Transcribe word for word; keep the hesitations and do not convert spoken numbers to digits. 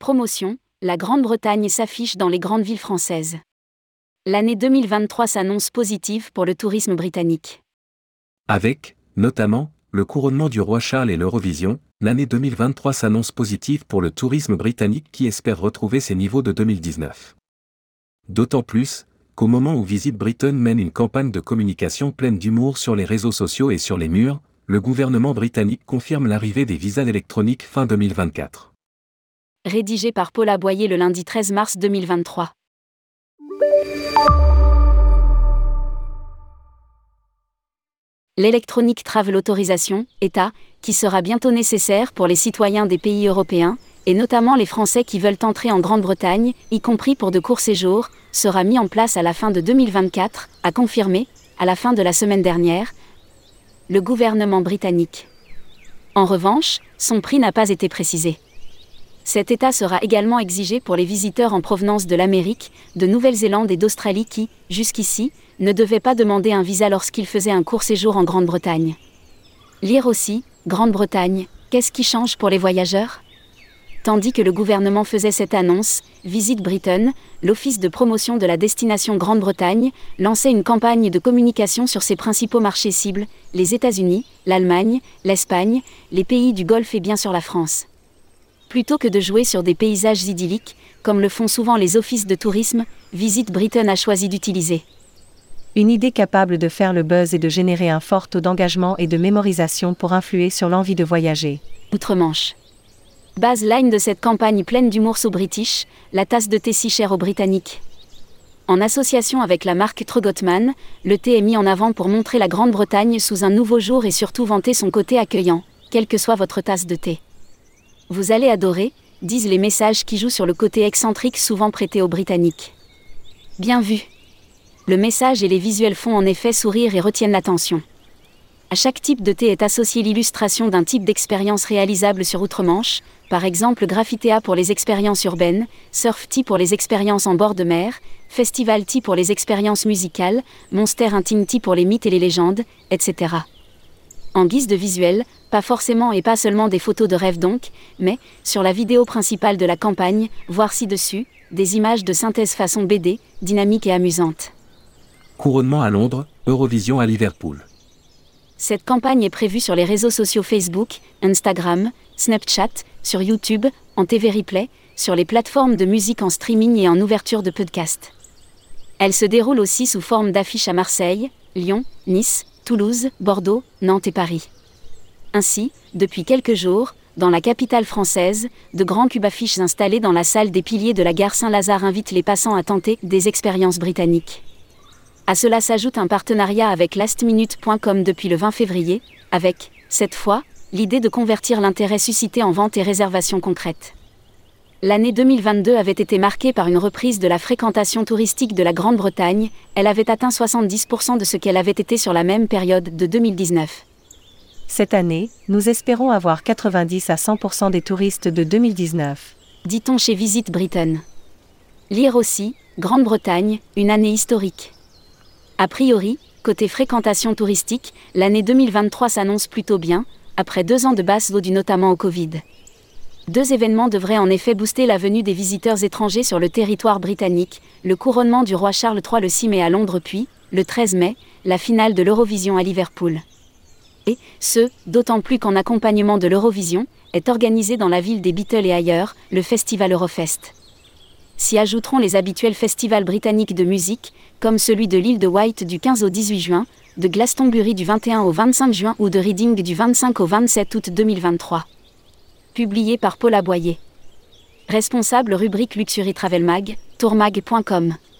Promotion, la Grande-Bretagne s'affiche dans les grandes villes françaises. L'année deux mille vingt-trois s'annonce positive pour le tourisme britannique. Avec, notamment, le couronnement du roi Charles et l'Eurovision, l'année deux mille vingt-trois s'annonce positive pour le tourisme britannique qui espère retrouver ses niveaux de deux mille dix-neuf. D'autant plus, qu'au moment où Visit Britain mène une campagne de communication pleine d'humour sur les réseaux sociaux et sur les murs, le gouvernement britannique confirme l'arrivée des visas électroniques fin deux mille vingt-quatre. Rédigé par Paula Boyer le lundi treize mars deux mille vingt-trois. L'Electronic Travel Authorization, E T A, qui sera bientôt nécessaire pour les citoyens des pays européens, et notamment les Français qui veulent entrer en Grande-Bretagne, y compris pour de courts séjours, sera mis en place à la fin de deux mille vingt-quatre, a confirmé, à la fin de la semaine dernière, le gouvernement britannique. En revanche, son prix n'a pas été précisé. Cet état sera également exigé pour les visiteurs en provenance de l'Amérique, de Nouvelle-Zélande et d'Australie qui, jusqu'ici, ne devaient pas demander un visa lorsqu'ils faisaient un court séjour en Grande-Bretagne. Lire aussi, Grande-Bretagne, qu'est-ce qui change pour les voyageurs ? Tandis que le gouvernement faisait cette annonce, Visit Britain, l'office de promotion de la destination Grande-Bretagne, lançait une campagne de communication sur ses principaux marchés cibles, les États-Unis, l'Allemagne, l'Espagne, les pays du Golfe et bien sûr la France. Plutôt que de jouer sur des paysages idylliques, comme le font souvent les offices de tourisme, Visit Britain a choisi d'utiliser une idée capable de faire le buzz et de générer un fort taux d'engagement et de mémorisation pour influer sur l'envie de voyager. Outre-Manche. Baseline de cette campagne pleine d'humour so British, la tasse de thé si chère aux Britanniques. En association avec la marque Trugotman, le thé est mis en avant pour montrer la Grande-Bretagne sous un nouveau jour et surtout vanter son côté accueillant, quelle que soit votre tasse de thé. Vous allez adorer, disent les messages qui jouent sur le côté excentrique souvent prêté aux Britanniques. Bien vu. Le message et les visuels font en effet sourire et retiennent l'attention. À chaque type de thé est associée l'illustration d'un type d'expérience réalisable sur Outre-Manche, par exemple Graffitea pour les expériences urbaines, Surf Tea pour les expériences en bord de mer, Festival Tea pour les expériences musicales, Monster Intime Tea pour les mythes et les légendes, et cetera. En guise de visuel, pas forcément et pas seulement des photos de rêve donc, mais, sur la vidéo principale de la campagne, voir ci-dessus, des images de synthèse façon B D, dynamiques et amusantes. Couronnement à Londres, Eurovision à Liverpool. Cette campagne est prévue sur les réseaux sociaux Facebook, Instagram, Snapchat, sur YouTube, en T V Replay, sur les plateformes de musique en streaming et en ouverture de podcast. Elle se déroule aussi sous forme d'affiches à Marseille, Lyon, Nice, Toulouse, Bordeaux, Nantes et Paris. Ainsi, depuis quelques jours, dans la capitale française, de grands cubes affiches installés dans la salle des piliers de la gare Saint-Lazare invitent les passants à tenter des expériences britanniques. À cela s'ajoute un partenariat avec last minute point com depuis le vingt février, avec, cette fois, l'idée de convertir l'intérêt suscité en vente et réservation concrète. L'année deux mille vingt-deux avait été marquée par une reprise de la fréquentation touristique de la Grande-Bretagne, elle avait atteint soixante-dix pour cent de ce qu'elle avait été sur la même période de deux mille dix-neuf. Cette année, nous espérons avoir quatre-vingt-dix à cent pour cent des touristes de deux mille dix-neuf. Dit-on chez Visit Britain. Lire aussi, Grande-Bretagne, une année historique. A priori, côté fréquentation touristique, l'année deux mille vingt-trois s'annonce plutôt bien, après deux ans de basse eau due notamment au Covid. Deux événements devraient en effet booster la venue des visiteurs étrangers sur le territoire britannique, le couronnement du roi Charles trois le six mai à Londres puis, le treize mai, la finale de l'Eurovision à Liverpool. Et, ce, d'autant plus qu'en accompagnement de l'Eurovision, est organisé dans la ville des Beatles et ailleurs, le festival Eurofest. S'y ajouteront les habituels festivals britanniques de musique, comme celui de l'île de Wight du quinze au dix-huit juin, de Glastonbury du vingt et un au vingt-cinq juin ou de Reading du vingt-cinq au vingt-sept août deux mille vingt-trois. Publié par Paula Boyer. Responsable rubrique Luxury Travel Mag, tourmag point com.